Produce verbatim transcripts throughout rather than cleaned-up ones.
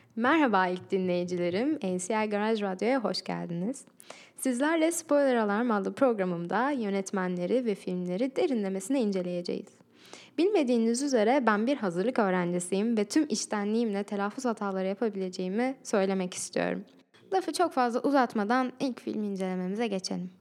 Merhaba ilk dinleyicilerim, A C I Garaj Radyo'ya hoş geldiniz. Sizlerle Spoiler Alarm adlı programımda yönetmenleri ve filmleri derinlemesine inceleyeceğiz. Bilmediğiniz üzere ben bir hazırlık öğrencisiyim ve tüm içtenliğimle telaffuz hataları yapabileceğimi söylemek istiyorum. Lafı çok fazla uzatmadan ilk film incelememize geçelim.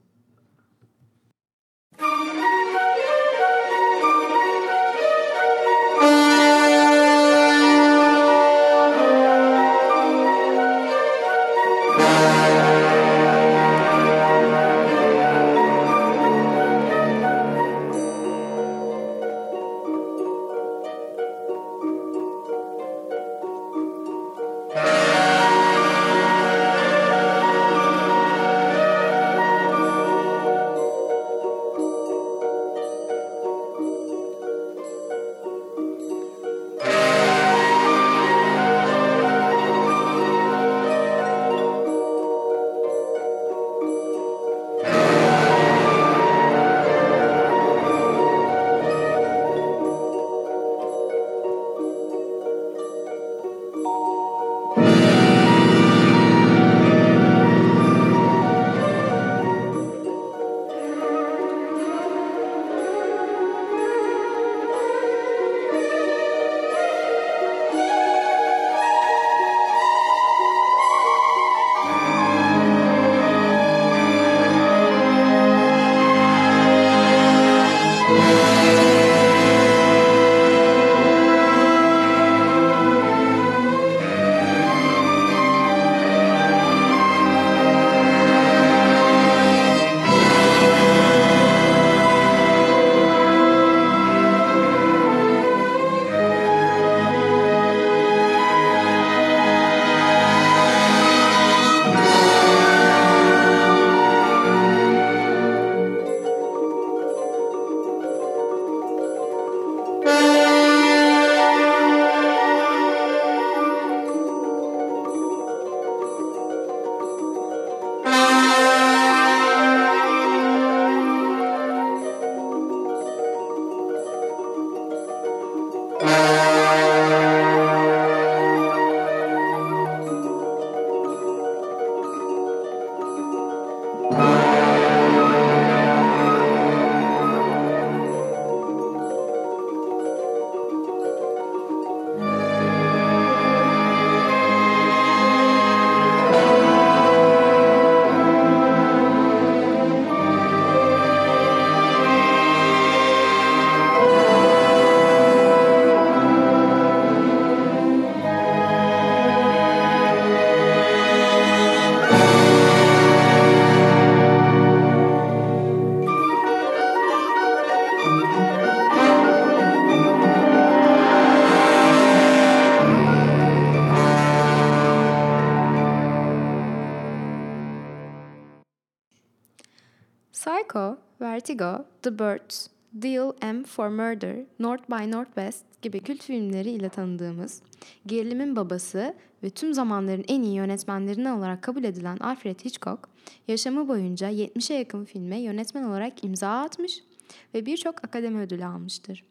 Psycho, Vertigo, The Birds, Deal M for Murder, North by Northwest gibi kült filmleri ile tanıdığımız, gerilimin babası ve tüm zamanların en iyi yönetmenlerinden olarak kabul edilen Alfred Hitchcock, yaşamı boyunca yetmişe yakın filme yönetmen olarak imza atmış ve birçok akademi ödülü almıştır.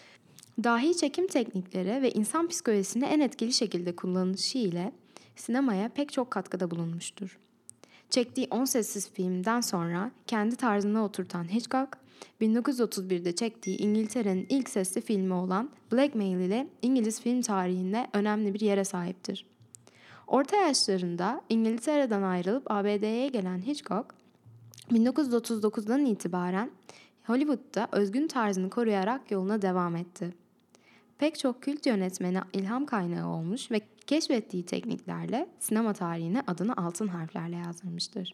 Dahi çekim teknikleri ve insan psikolojisini en etkili şekilde kullanışı ile sinemaya pek çok katkıda bulunmuştur. Çektiği on sessiz filmden sonra kendi tarzına oturtan Hitchcock, bin dokuz yüz otuz birde çektiği İngiltere'nin ilk sesli filmi olan Blackmail ile İngiliz film tarihinde önemli bir yere sahiptir. Orta yaşlarında İngiltere'den ayrılıp A B D'ye gelen Hitchcock, bin dokuz yüz otuz dokuzdan itibaren Hollywood'da özgün tarzını koruyarak yoluna devam etti. Pek çok kült yönetmene ilham kaynağı olmuş ve keşfettiği tekniklerle sinema tarihine adını altın harflerle yazdırmıştır.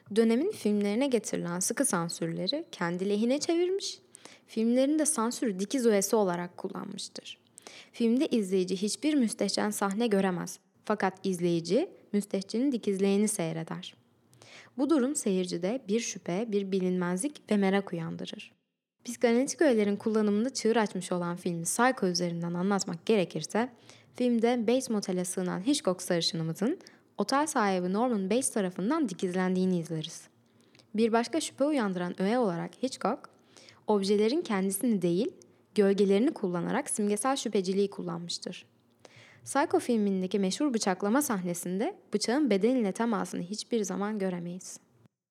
Dönemin filmlerine getirilen sıkı sansürleri kendi lehine çevirmiş, filmlerin de sansürü dikiz öğesi olarak kullanmıştır. Filmde izleyici hiçbir müstehcen sahne göremez. Fakat izleyici müstehcenin dikizlerini seyreder. Bu durum seyircide bir şüphe, bir bilinmezlik ve merak uyandırır. Psikanalitik öğelerin kullanımında çığır açmış olan filmi Psycho üzerinden anlatmak gerekirse, filmde Bates Motel'e sığınan Hitchcock sarışınımızın otel sahibi Norman Bates tarafından dikizlendiğini izleriz. Bir başka şüphe uyandıran öğe olarak Hitchcock, objelerin kendisini değil, gölgelerini kullanarak simgesel şüpheciliği kullanmıştır. Psycho filmindeki meşhur bıçaklama sahnesinde bıçağın bedeniyle temasını hiçbir zaman göremeyiz.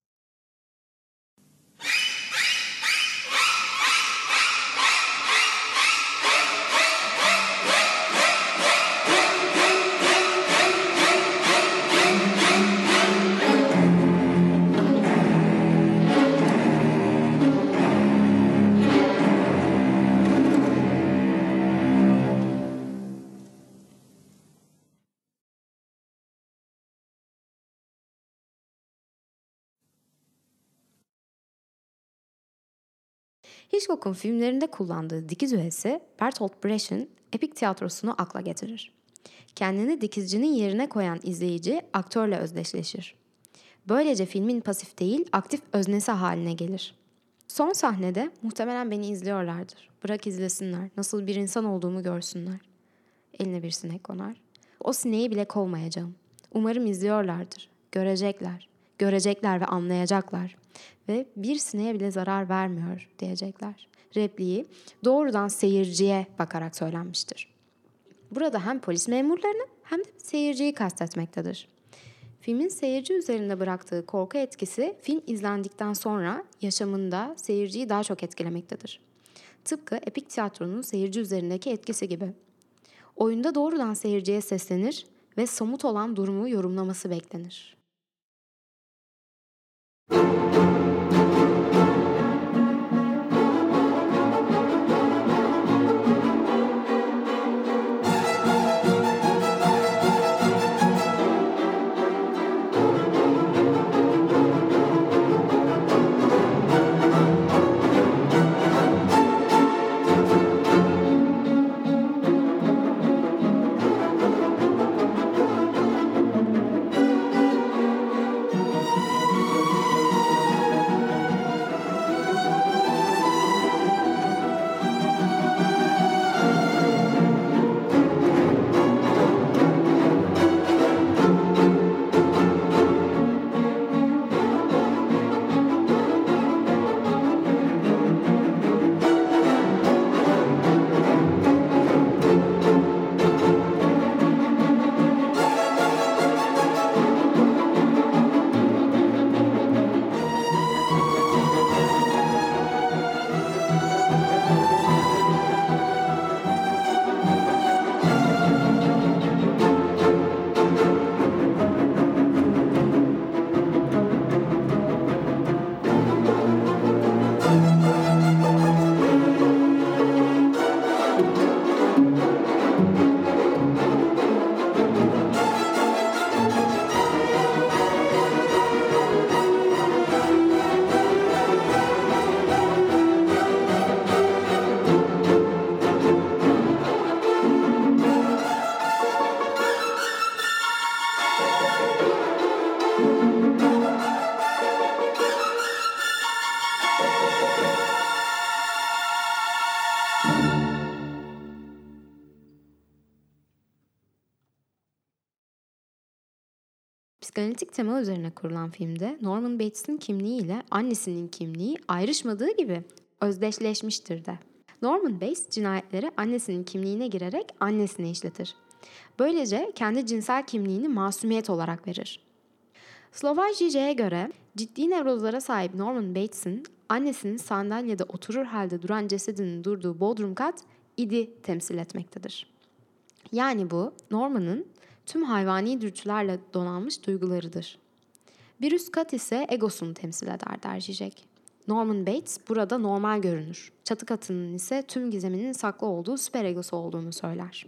Hitchcock'un filmlerinde kullandığı dikiz öğesi Bertolt Brecht'in epik tiyatrosunu akla getirir. Kendini dikizcinin yerine koyan izleyici aktörle özdeşleşir. Böylece filmin pasif değil, aktif öznesi haline gelir. Son sahnede muhtemelen beni izliyorlardır. Bırak izlesinler, nasıl bir insan olduğumu görsünler. Eline bir sinek konar. O sineği bile kovmayacağım. Umarım izliyorlardır. Görecekler. Görecekler ve anlayacaklar. Ve bir sineğe bile zarar vermiyor diyecekler. Repliği doğrudan seyirciye bakarak söylenmiştir. Burada hem polis memurlarını hem de seyirciyi kastetmektedir. Filmin seyirci üzerinde bıraktığı korku etkisi film izlendikten sonra yaşamında seyirciyi daha çok etkilemektedir. Tıpkı epik tiyatronun seyirci üzerindeki etkisi gibi. Oyunda doğrudan seyirciye seslenir ve somut olan durumu yorumlaması beklenir. Psikanalitik tema üzerine kurulan filmde Norman Bates'in kimliği ile annesinin kimliği ayrışmadığı gibi özdeşleşmiştir de. Norman Bates cinayetleri annesinin kimliğine girerek annesine işletir. Böylece kendi cinsel kimliğini masumiyet olarak verir. Slovay Žižek'e göre ciddi nevrozlara sahip Norman Bates'in annesinin sandalyede oturur halde duran cesedinin durduğu bodrum kat idi temsil etmektedir. Yani bu Norman'ın tüm hayvani dürtülerle donanmış duygularıdır. Bir üst kat ise egosunu temsil eder der Žižek. Norman Bates burada normal görünür. Çatı katının ise tüm gizeminin saklı olduğu süper egosu olduğunu söyler.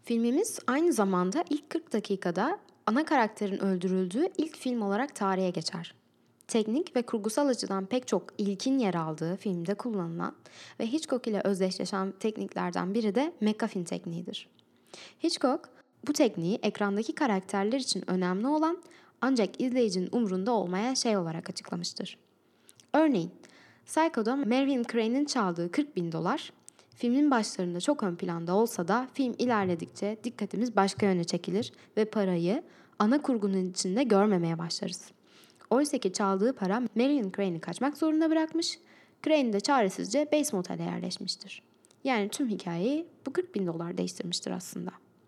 Filmimiz aynı zamanda ilk kırk dakikada ana karakterin öldürüldüğü ilk film olarak tarihe geçer. Teknik ve kurgusal açıdan pek çok ilkin yer aldığı filmde kullanılan ve Hitchcock ile özdeşleşen tekniklerden biri de McGuffin tekniğidir. Hitchcock, bu tekniği ekrandaki karakterler için önemli olan ancak izleyicinin umrunda olmayan şey olarak açıklamıştır. Örneğin, Psycho'da Marion Crane'in çaldığı kırk bin dolar, filmin başlarında çok ön planda olsa da film ilerledikçe dikkatimiz başka yöne çekilir ve parayı ana kurgunun içinde görmemeye başlarız. Oysa ki çaldığı para Marion Crane'i kaçmak zorunda bırakmış, Crane de çaresizce Bates Motel'e yerleşmiştir. Yani tüm hikayeyi bu kırk bin dolar değiştirmiştir aslında.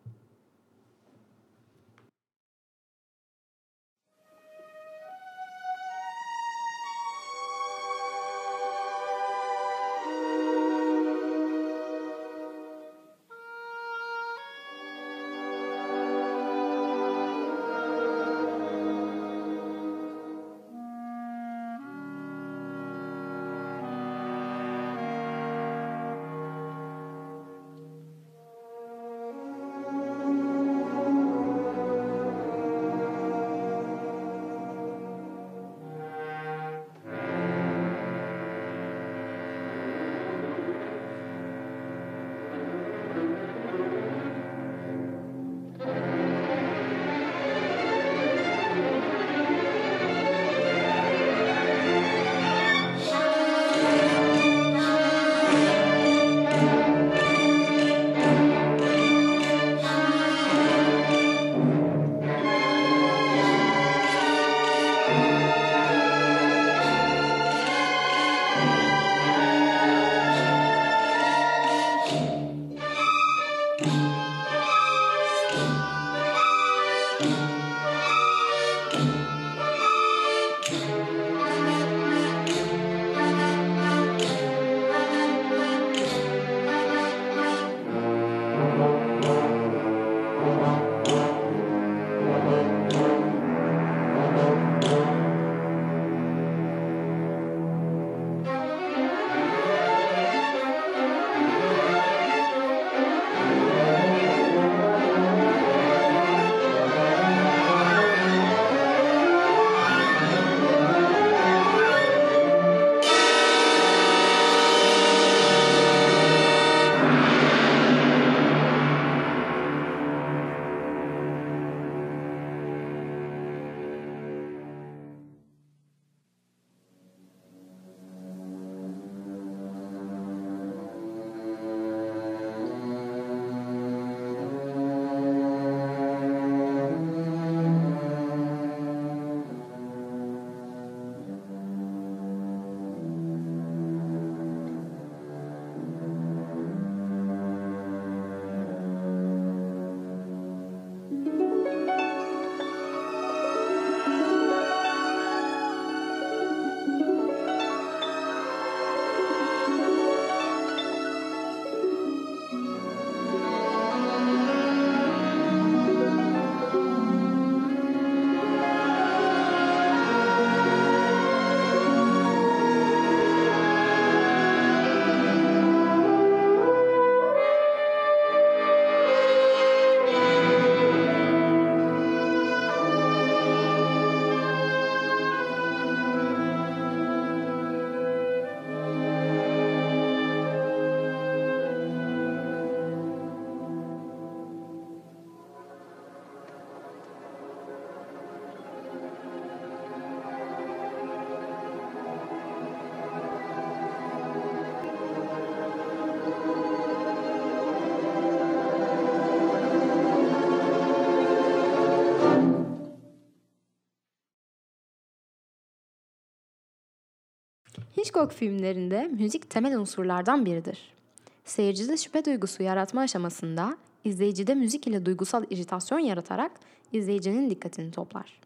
Hitchcock filmlerinde müzik temel unsurlardan biridir. Seyircide şüphe duygusu yaratma aşamasında izleyicide müzik ile duygusal iritasyon yaratarak izleyicinin dikkatini toplar.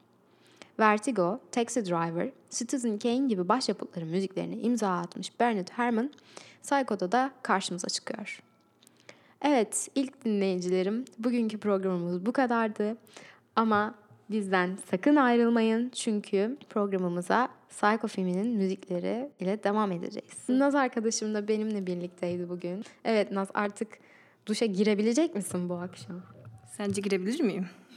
Vertigo, Taxi Driver, Citizen Kane gibi başyapıtların müziklerine imza atmış Bernard Herrmann, Psycho'da da karşımıza çıkıyor. Evet, ilk dinleyicilerim, bugünkü programımız bu kadardı. Ama bizden sakın ayrılmayın çünkü programımıza Psycho filminin müzikleri ile devam edeceğiz. Naz arkadaşım da benimle birlikteydi bugün. Evet Naz, artık Duşa girebilecek misin bu akşam? Sence girebilir miyim?